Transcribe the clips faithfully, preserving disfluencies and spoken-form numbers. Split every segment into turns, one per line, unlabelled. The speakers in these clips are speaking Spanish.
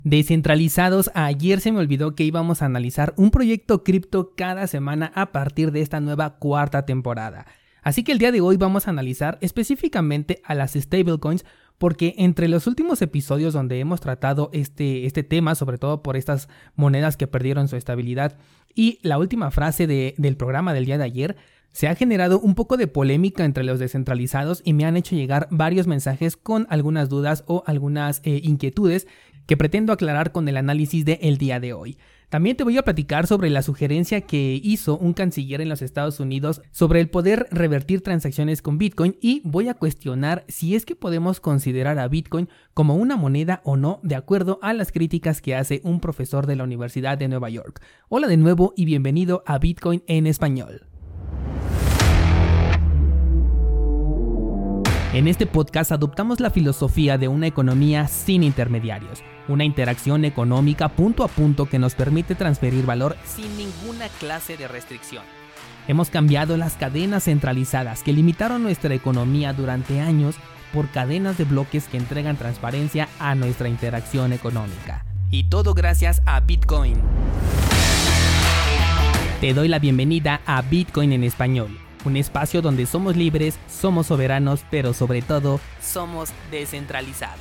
Descentralizados, ayer se me olvidó que íbamos a analizar un proyecto cripto cada semana a partir de esta nueva cuarta temporada. Así que el día de hoy vamos a analizar específicamente a las stablecoins, porque entre los últimos episodios donde hemos tratado este, este tema, sobre todo por estas monedas que perdieron su estabilidad, y la última frase de, del programa del día de ayer, se ha generado un poco de polémica entre los descentralizados y me han hecho llegar varios mensajes con algunas dudas o algunas eh, inquietudes que pretendo aclarar con el análisis del día de hoy. También te voy a platicar sobre la sugerencia que hizo un canciller en los Estados Unidos sobre el poder revertir transacciones con Bitcoin y voy a cuestionar si es que podemos considerar a Bitcoin como una moneda o no de acuerdo a las críticas que hace un profesor de la Universidad de Nueva York. Hola de nuevo y bienvenido a Bitcoin en español. En este podcast adoptamos la filosofía de una economía sin intermediarios, una interacción económica punto a punto que nos permite transferir valor sin ninguna clase de restricción. Hemos cambiado las cadenas centralizadas que limitaron nuestra economía durante años por cadenas de bloques que entregan transparencia a nuestra interacción económica. Y todo gracias a Bitcoin. Te doy la bienvenida a Bitcoin en español. Un espacio donde somos libres, somos soberanos, pero sobre todo, somos descentralizados.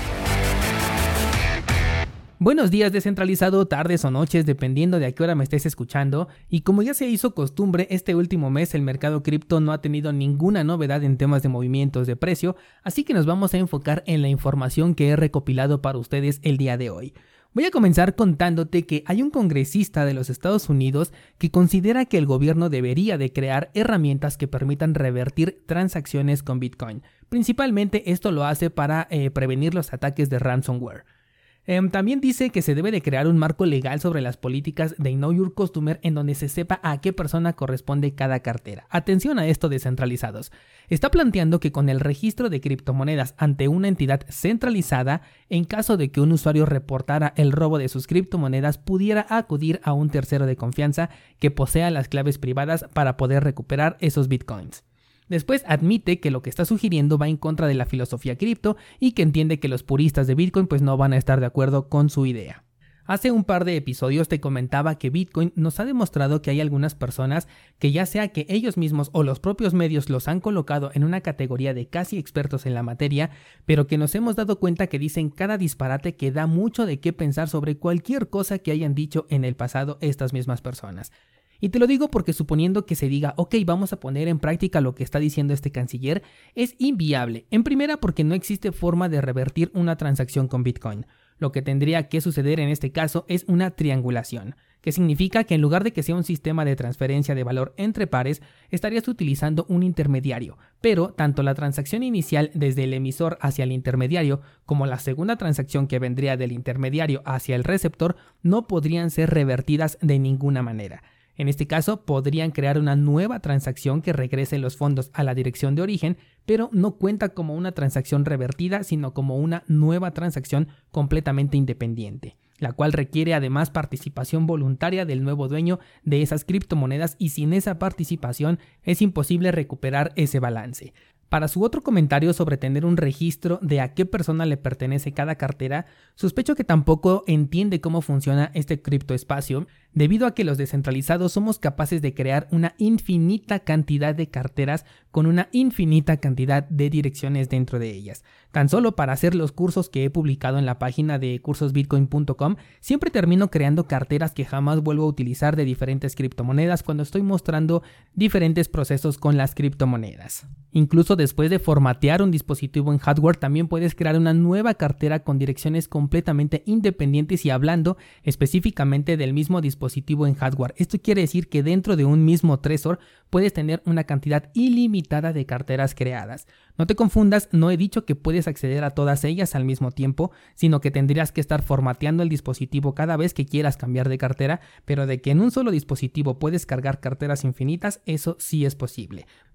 Buenos días descentralizado, tardes o noches, dependiendo de a qué hora me estés escuchando. Y como ya se hizo costumbre, este último mes el mercado cripto no ha tenido ninguna novedad en temas de movimientos de precio, así que nos vamos a enfocar en la información que he recopilado para ustedes el día de hoy. Voy a comenzar contándote que hay un congresista de los Estados Unidos que considera que el gobierno debería de crear herramientas que permitan revertir transacciones con Bitcoin. Principalmente esto lo hace para eh, prevenir los ataques de ransomware. Eh, también dice que se debe de crear un marco legal sobre las políticas de Know Your Customer en donde se sepa a qué persona corresponde cada cartera. Atención a esto descentralizados. Está planteando que con el registro de criptomonedas ante una entidad centralizada, en caso de que un usuario reportara el robo de sus criptomonedas, pudiera acudir a un tercero de confianza que posea las claves privadas para poder recuperar esos bitcoins. Después admite que lo que está sugiriendo va en contra de la filosofía cripto y que entiende que los puristas de Bitcoin pues no van a estar de acuerdo con su idea. Hace un par de episodios te comentaba que Bitcoin nos ha demostrado que hay algunas personas que ya sea que ellos mismos o los propios medios los han colocado en una categoría de casi expertos en la materia, pero que nos hemos dado cuenta que dicen cada disparate que da mucho de qué pensar sobre cualquier cosa que hayan dicho en el pasado estas mismas personas. Y te lo digo porque suponiendo que se diga, ok, vamos a poner en práctica lo que está diciendo este canciller, es inviable. En primera porque no existe forma de revertir una transacción con Bitcoin. Lo que tendría que suceder en este caso es una triangulación, que significa que en lugar de que sea un sistema de transferencia de valor entre pares, estarías utilizando un intermediario, pero tanto la transacción inicial desde el emisor hacia el intermediario como la segunda transacción que vendría del intermediario hacia el receptor no podrían ser revertidas de ninguna manera. En este caso, podrían crear una nueva transacción que regrese los fondos a la dirección de origen, pero no cuenta como una transacción revertida, sino como una nueva transacción completamente independiente, la cual requiere además participación voluntaria del nuevo dueño de esas criptomonedas y sin esa participación es imposible recuperar ese balance. Para su otro comentario sobre tener un registro de a qué persona le pertenece cada cartera, sospecho que tampoco entiende cómo funciona este criptoespacio, debido a que los descentralizados somos capaces de crear una infinita cantidad de carteras con una infinita cantidad de direcciones dentro de ellas. Tan solo para hacer los cursos que he publicado en la página de cursos bitcoin punto com, siempre termino creando carteras que jamás vuelvo a utilizar de diferentes criptomonedas cuando estoy mostrando diferentes procesos con las criptomonedas. Incluso después de formatear un dispositivo en hardware, también puedes crear una nueva cartera con direcciones completamente independientes y hablando específicamente del mismo dispositivo en hardware. Esto quiere decir que dentro de un mismo Trezor puedes tener una cantidad ilimitada de carteras creadas. No te confundas, no he dicho que puedes acceder a todas ellas al mismo tiempo, sino que tendrías que estar formateando el dispositivo cada vez que quieras cambiar de cartera, pero de que en un solo dispositivo puedes cargar carteras infinitas, eso sí es posible.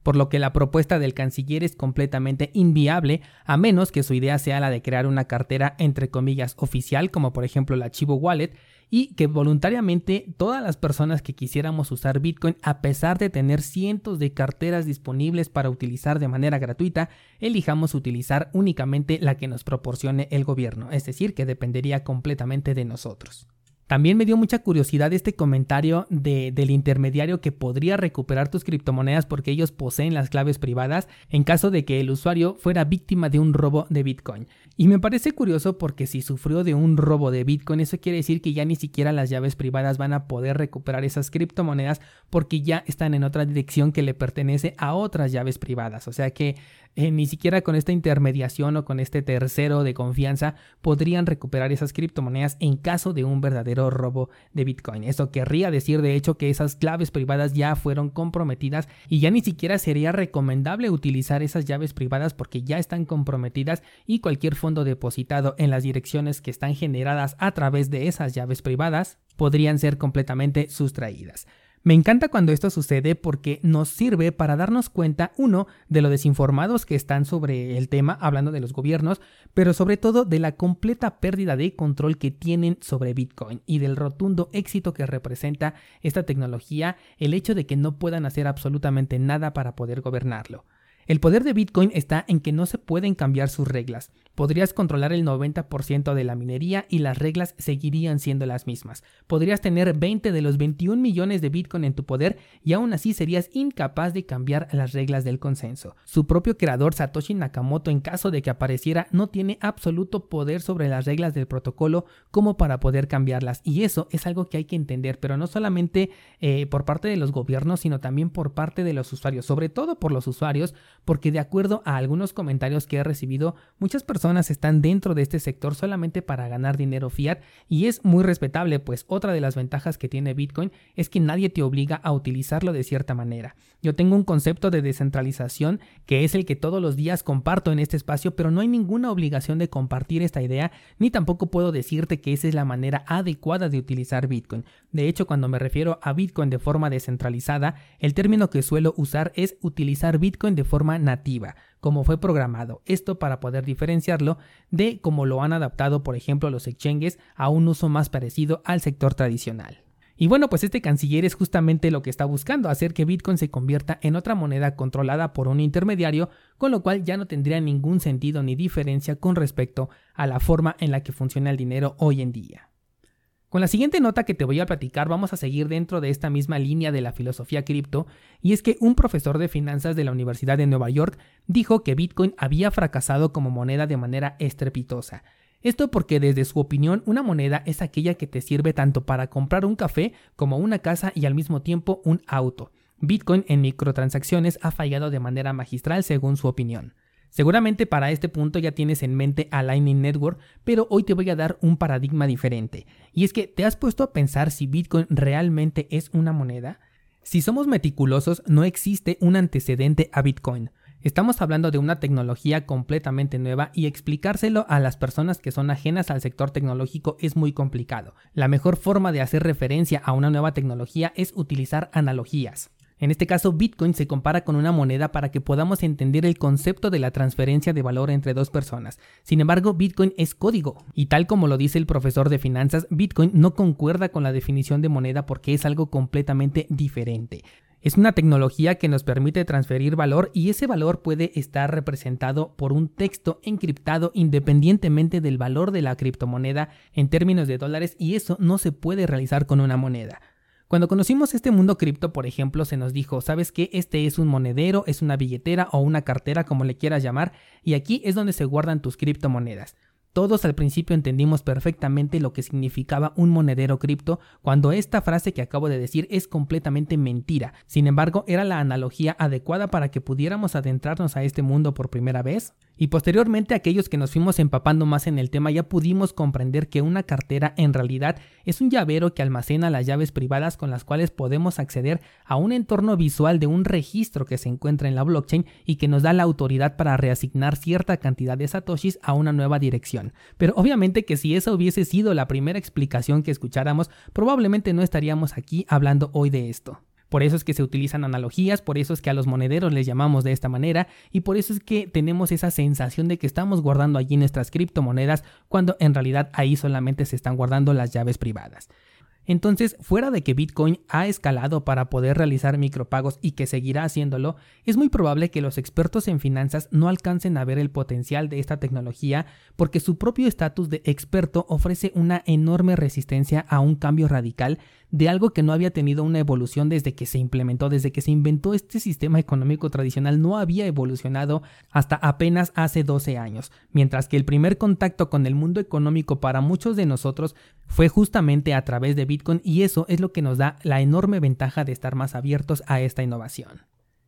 por lo que la propuesta del canciller es completamente inviable, a menos que su idea sea la de crear una cartera entre comillas oficial, como por ejemplo la Chivo Wallet, y que voluntariamente todas las personas que quisiéramos usar Bitcoin, a pesar de tener cientos de carteras disponibles para utilizar de manera gratuita, elijamos utilizar únicamente la que nos proporcione el gobierno, es decir, que dependería completamente de nosotros. También me dio mucha curiosidad este comentario de, del intermediario que podría recuperar tus criptomonedas porque ellos poseen las claves privadas en caso de que el usuario fuera víctima de un robo de Bitcoin. Y me parece curioso porque si sufrió de un robo de Bitcoin, eso quiere decir que ya ni siquiera las llaves privadas van a poder recuperar esas criptomonedas porque ya están en otra dirección que le pertenece a otras llaves privadas. O sea que eh, ni siquiera con esta intermediación o con este tercero de confianza podrían recuperar esas criptomonedas en caso de un verdadero robo de Bitcoin. Eso querría decir de hecho que esas claves privadas ya fueron comprometidas y ya ni siquiera sería recomendable utilizar esas llaves privadas porque ya están comprometidas y cualquier fondo depositado en las direcciones que están generadas a través de esas llaves privadas podrían ser completamente sustraídas. Me encanta cuando esto sucede porque nos sirve para darnos cuenta, uno, de lo desinformados que están sobre el tema, hablando de los gobiernos, pero sobre todo de la completa pérdida de control que tienen sobre Bitcoin y del rotundo éxito que representa esta tecnología, el hecho de que no puedan hacer absolutamente nada para poder gobernarlo. El poder de Bitcoin está en que no se pueden cambiar sus reglas. Podrías controlar el noventa por ciento de la minería y las reglas seguirían siendo las mismas. Podrías tener veinte de los veintiún millones de Bitcoin en tu poder y aún así serías incapaz de cambiar las reglas del consenso. Su propio creador Satoshi Nakamoto, en caso de que apareciera, no tiene absoluto poder sobre las reglas del protocolo como para poder cambiarlas. Y eso es algo que hay que entender, pero no solamente eh, por parte de los gobiernos, sino también por parte de los usuarios, sobre todo por los usuarios, porque de acuerdo a algunos comentarios que he recibido, muchas personas están dentro de este sector solamente para ganar dinero fiat y es muy respetable, pues otra de las ventajas que tiene Bitcoin es que nadie te obliga a utilizarlo de cierta manera. Yo tengo un concepto de descentralización que es el que todos los días comparto en este espacio, pero no hay ninguna obligación de compartir esta idea, ni tampoco puedo decirte que esa es la manera adecuada de utilizar Bitcoin. De hecho, cuando me refiero a Bitcoin de forma descentralizada, el término que suelo usar es utilizar Bitcoin de forma nativa, como fue programado, esto para poder diferenciarlo de cómo lo han adaptado por ejemplo los exchanges a un uso más parecido al sector tradicional. Y bueno, pues este canciller es justamente lo que está buscando, hacer que Bitcoin se convierta en otra moneda controlada por un intermediario, con lo cual ya no tendría ningún sentido ni diferencia con respecto a la forma en la que funciona el dinero hoy en día. Con la siguiente nota que te voy a platicar vamos a seguir dentro de esta misma línea de la filosofía cripto, y es que un profesor de finanzas de la Universidad de Nueva York dijo que Bitcoin había fracasado como moneda de manera estrepitosa. Esto porque desde su opinión una moneda es aquella que te sirve tanto para comprar un café como una casa y al mismo tiempo un auto. Bitcoin en microtransacciones ha fallado de manera magistral según su opinión. Seguramente para este punto ya tienes en mente a Lightning Network, pero hoy te voy a dar un paradigma diferente. Y es que ¿te has puesto a pensar si Bitcoin realmente es una moneda? Si somos meticulosos, no existe un antecedente a Bitcoin. Estamos hablando de una tecnología completamente nueva y explicárselo a las personas que son ajenas al sector tecnológico es muy complicado. La mejor forma de hacer referencia a una nueva tecnología es utilizar analogías. En este caso, Bitcoin se compara con una moneda para que podamos entender el concepto de la transferencia de valor entre dos personas. Sin embargo, Bitcoin es código, y tal como lo dice el profesor de finanzas, Bitcoin no concuerda con la definición de moneda porque es algo completamente diferente. Es una tecnología que nos permite transferir valor y ese valor puede estar representado por un texto encriptado independientemente del valor de la criptomoneda en términos de dólares, y eso no se puede realizar con una moneda. Cuando conocimos este mundo cripto, por ejemplo, se nos dijo, ¿sabes qué? Este es un monedero, es una billetera o una cartera, como le quieras llamar, y aquí es donde se guardan tus criptomonedas. Todos al principio entendimos perfectamente lo que significaba un monedero cripto, cuando esta frase que acabo de decir es completamente mentira. Sin embargo, era la analogía adecuada para que pudiéramos adentrarnos a este mundo por primera vez. Y posteriormente, aquellos que nos fuimos empapando más en el tema ya pudimos comprender que una cartera en realidad es un llavero que almacena las llaves privadas con las cuales podemos acceder a un entorno visual de un registro que se encuentra en la blockchain y que nos da la autoridad para reasignar cierta cantidad de satoshis a una nueva dirección. Pero obviamente que si esa hubiese sido la primera explicación que escucháramos, probablemente no estaríamos aquí hablando hoy de esto. Por eso es que se utilizan analogías, por eso es que a los monederos les llamamos de esta manera y por eso es que tenemos esa sensación de que estamos guardando allí nuestras criptomonedas cuando en realidad ahí solamente se están guardando las llaves privadas. Entonces, fuera de que Bitcoin ha escalado para poder realizar micropagos y que seguirá haciéndolo, es muy probable que los expertos en finanzas no alcancen a ver el potencial de esta tecnología porque su propio estatus de experto ofrece una enorme resistencia a un cambio radical de algo que no había tenido una evolución desde que se implementó, desde que se inventó este sistema económico tradicional, no había evolucionado hasta apenas hace doce años, mientras que el primer contacto con el mundo económico para muchos de nosotros fue justamente a través de Bitcoin y eso es lo que nos da la enorme ventaja de estar más abiertos a esta innovación.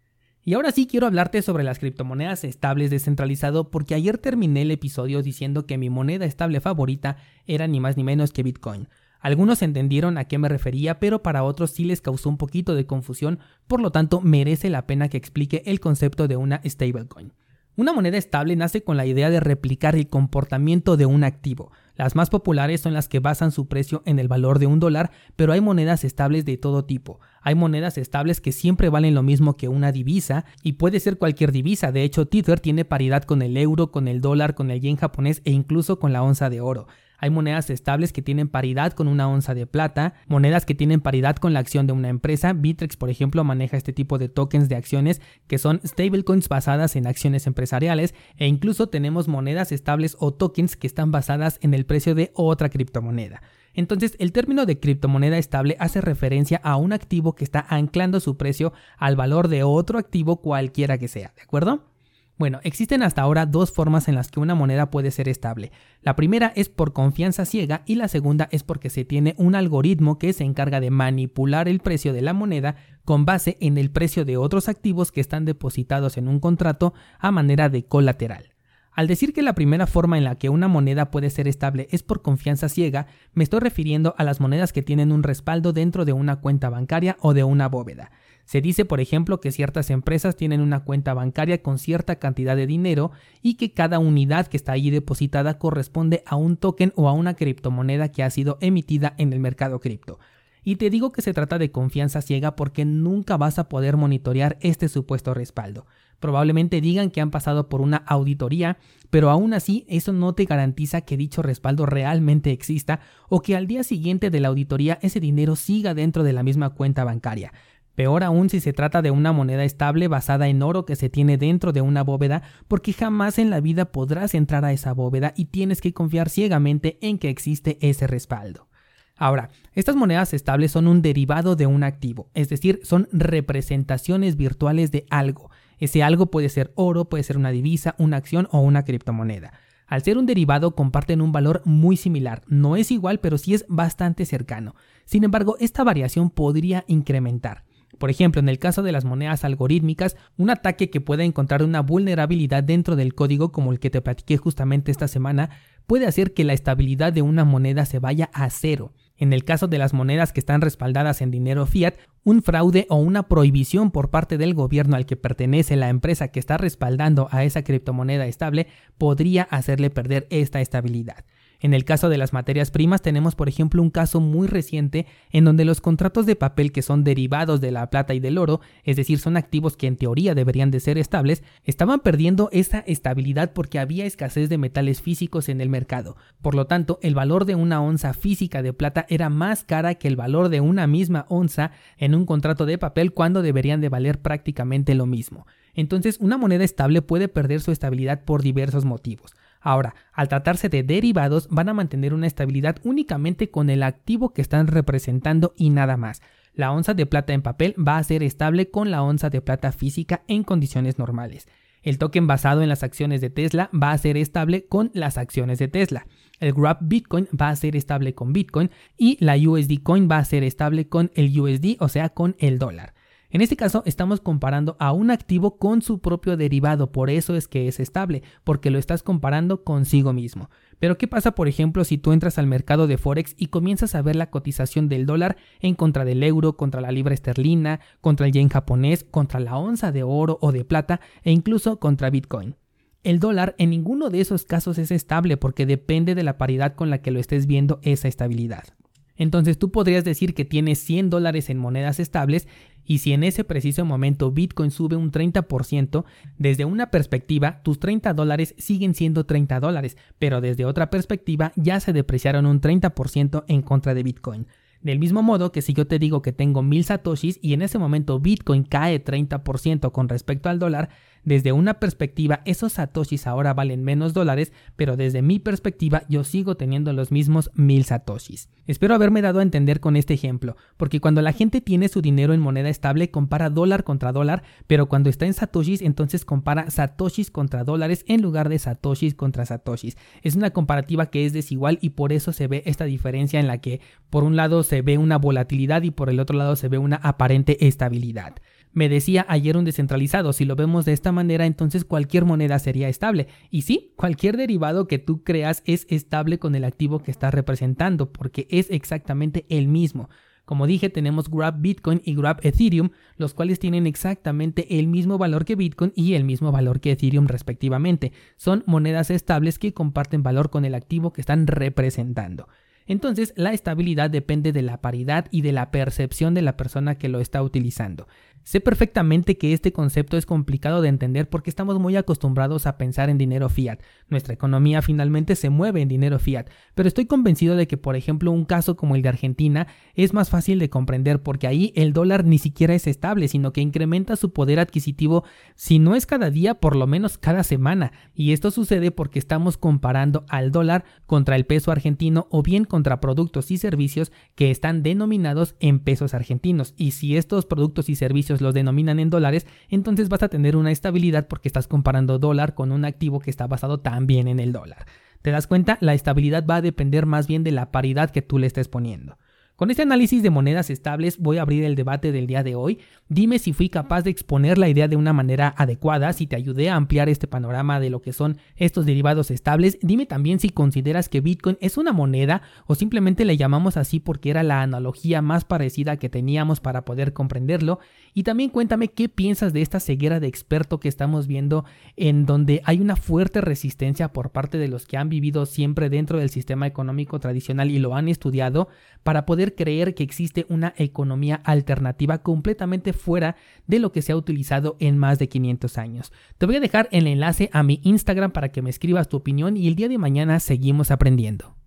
Y ahora sí quiero hablarte sobre las criptomonedas estables descentralizado porque ayer terminé el episodio diciendo que mi moneda estable favorita era ni más ni menos que Bitcoin. Algunos entendieron a qué me refería, pero para otros sí les causó un poquito de confusión, por lo tanto merece la pena que explique el concepto de una stablecoin. Una moneda estable nace con la idea de replicar el comportamiento de un activo. Las más populares son las que basan su precio en el valor de un dólar, pero hay monedas estables de todo tipo. Hay monedas estables que siempre valen lo mismo que una divisa y puede ser cualquier divisa. De hecho, Tether tiene paridad con el euro, con el dólar, con el yen japonés e incluso con la onza de oro. Hay monedas estables que tienen paridad con una onza de plata, monedas que tienen paridad con la acción de una empresa. Bittrex, por ejemplo, maneja este tipo de tokens de acciones que son stablecoins basadas en acciones empresariales e incluso tenemos monedas estables o tokens que están basadas en el precio de otra criptomoneda. Entonces, el término de criptomoneda estable hace referencia a un activo que está anclando su precio al valor de otro activo cualquiera que sea, ¿de acuerdo? Bueno, existen hasta ahora dos formas en las que una moneda puede ser estable. La primera es por confianza ciega y la segunda es porque se tiene un algoritmo que se encarga de manipular el precio de la moneda con base en el precio de otros activos que están depositados en un contrato a manera de colateral. Al decir que la primera forma en la que una moneda puede ser estable es por confianza ciega, me estoy refiriendo a las monedas que tienen un respaldo dentro de una cuenta bancaria o de una bóveda. Se dice, por ejemplo, que ciertas empresas tienen una cuenta bancaria con cierta cantidad de dinero y que cada unidad que está allí depositada corresponde a un token o a una criptomoneda que ha sido emitida en el mercado cripto. Y te digo que se trata de confianza ciega porque nunca vas a poder monitorear este supuesto respaldo. Probablemente digan que han pasado por una auditoría, pero aún así eso no te garantiza que dicho respaldo realmente exista o que al día siguiente de la auditoría ese dinero siga dentro de la misma cuenta bancaria. Peor aún si se trata de una moneda estable basada en oro que se tiene dentro de una bóveda, porque jamás en la vida podrás entrar a esa bóveda y tienes que confiar ciegamente en que existe ese respaldo. Ahora, estas monedas estables son un derivado de un activo, es decir, son representaciones virtuales de algo. Ese algo puede ser oro, puede ser una divisa, una acción o una criptomoneda. Al ser un derivado comparten un valor muy similar, no es igual pero sí es bastante cercano. Sin embargo, esta variación podría incrementar. Por ejemplo, en el caso de las monedas algorítmicas, un ataque que pueda encontrar una vulnerabilidad dentro del código como el que te platiqué justamente esta semana, puede hacer que la estabilidad de una moneda se vaya a cero. En el caso de las monedas que están respaldadas en dinero fiat, un fraude o una prohibición por parte del gobierno al que pertenece la empresa que está respaldando a esa criptomoneda estable podría hacerle perder esta estabilidad. En el caso de las materias primas tenemos por ejemplo un caso muy reciente en donde los contratos de papel que son derivados de la plata y del oro, es decir, son activos que en teoría deberían de ser estables, estaban perdiendo esa estabilidad porque había escasez de metales físicos en el mercado. Por lo tanto, el valor de una onza física de plata era más cara que el valor de una misma onza en un contrato de papel cuando deberían de valer prácticamente lo mismo. Entonces, una moneda estable puede perder su estabilidad por diversos motivos. Ahora, al tratarse de derivados, van a mantener una estabilidad únicamente con el activo que están representando y nada más. La onza de plata en papel va a ser estable con la onza de plata física en condiciones normales. El token basado en las acciones de Tesla va a ser estable con las acciones de Tesla. El Grab Bitcoin va a ser estable con Bitcoin y la U S D Coin va a ser estable con el U S D, o sea, con el dólar. En este caso estamos comparando a un activo con su propio derivado, por eso es que es estable, porque lo estás comparando consigo mismo. Pero ¿qué pasa, por ejemplo, si tú entras al mercado de Forex y comienzas a ver la cotización del dólar en contra del euro, contra la libra esterlina, contra el yen japonés, contra la onza de oro o de plata e incluso contra Bitcoin? El dólar en ninguno de esos casos es estable porque depende de la paridad con la que lo estés viendo esa estabilidad. Entonces tú podrías decir que tienes cien dólares en monedas estables y si en ese preciso momento Bitcoin sube un treinta por ciento, desde una perspectiva tus treinta dólares siguen siendo treinta dólares, pero desde otra perspectiva ya se depreciaron un treinta por ciento en contra de Bitcoin. Del mismo modo que si yo te digo que tengo mil satoshis y en ese momento Bitcoin cae treinta por ciento con respecto al dólar, desde una perspectiva esos satoshis ahora valen menos dólares, pero desde mi perspectiva yo sigo teniendo los mismos mil satoshis. Espero haberme dado a entender con este ejemplo, porque cuando la gente tiene su dinero en moneda estable compara dólar contra dólar, pero cuando está en satoshis entonces compara satoshis contra dólares en lugar de satoshis contra satoshis. Es una comparativa que es desigual y por eso se ve esta diferencia en la que por un lado se ve una volatilidad y por el otro lado se ve una aparente estabilidad. Me decía ayer un descentralizado, si lo vemos de esta manera entonces cualquier moneda sería estable. Y sí, cualquier derivado que tú creas es estable con el activo que estás representando porque es exactamente el mismo. Como dije, tenemos Grab Bitcoin y Grab Ethereum, los cuales tienen exactamente el mismo valor que Bitcoin y el mismo valor que Ethereum respectivamente. Son monedas estables que comparten valor con el activo que están representando. Entonces, la estabilidad depende de la paridad y de la percepción de la persona que lo está utilizando. Sé perfectamente que este concepto es complicado de entender porque estamos muy acostumbrados a pensar en dinero fiat. Nuestra economía finalmente se mueve en dinero fiat, pero estoy convencido de que, por ejemplo, un caso como el de Argentina es más fácil de comprender porque ahí el dólar ni siquiera es estable, sino que incrementa su poder adquisitivo, si no es cada día, por lo menos cada semana. Y esto sucede porque estamos comparando al dólar contra el peso argentino o bien contra productos y servicios que están denominados en pesos argentinos. Y si estos productos y servicios los denominan en dólares, entonces vas a tener una estabilidad porque estás comparando dólar con un activo que está basado también en el dólar. ¿Te das cuenta? La estabilidad va a depender más bien de la paridad que tú le estés poniendo. Con este análisis de monedas estables voy a abrir el debate del día de hoy. Dime si fui capaz de exponer la idea de una manera adecuada, si te ayudé a ampliar este panorama de lo que son estos derivados estables. Dime también si consideras que Bitcoin es una moneda o simplemente le llamamos así porque era la analogía más parecida que teníamos para poder comprenderlo. Y también cuéntame qué piensas de esta ceguera de experto que estamos viendo, en donde hay una fuerte resistencia por parte de los que han vivido siempre dentro del sistema económico tradicional y lo han estudiado para poder creer que existe una economía alternativa completamente fuera de lo que se ha utilizado en más de quinientos años. Te voy a dejar el enlace a mi Instagram para que me escribas tu opinión y el día de mañana seguimos aprendiendo.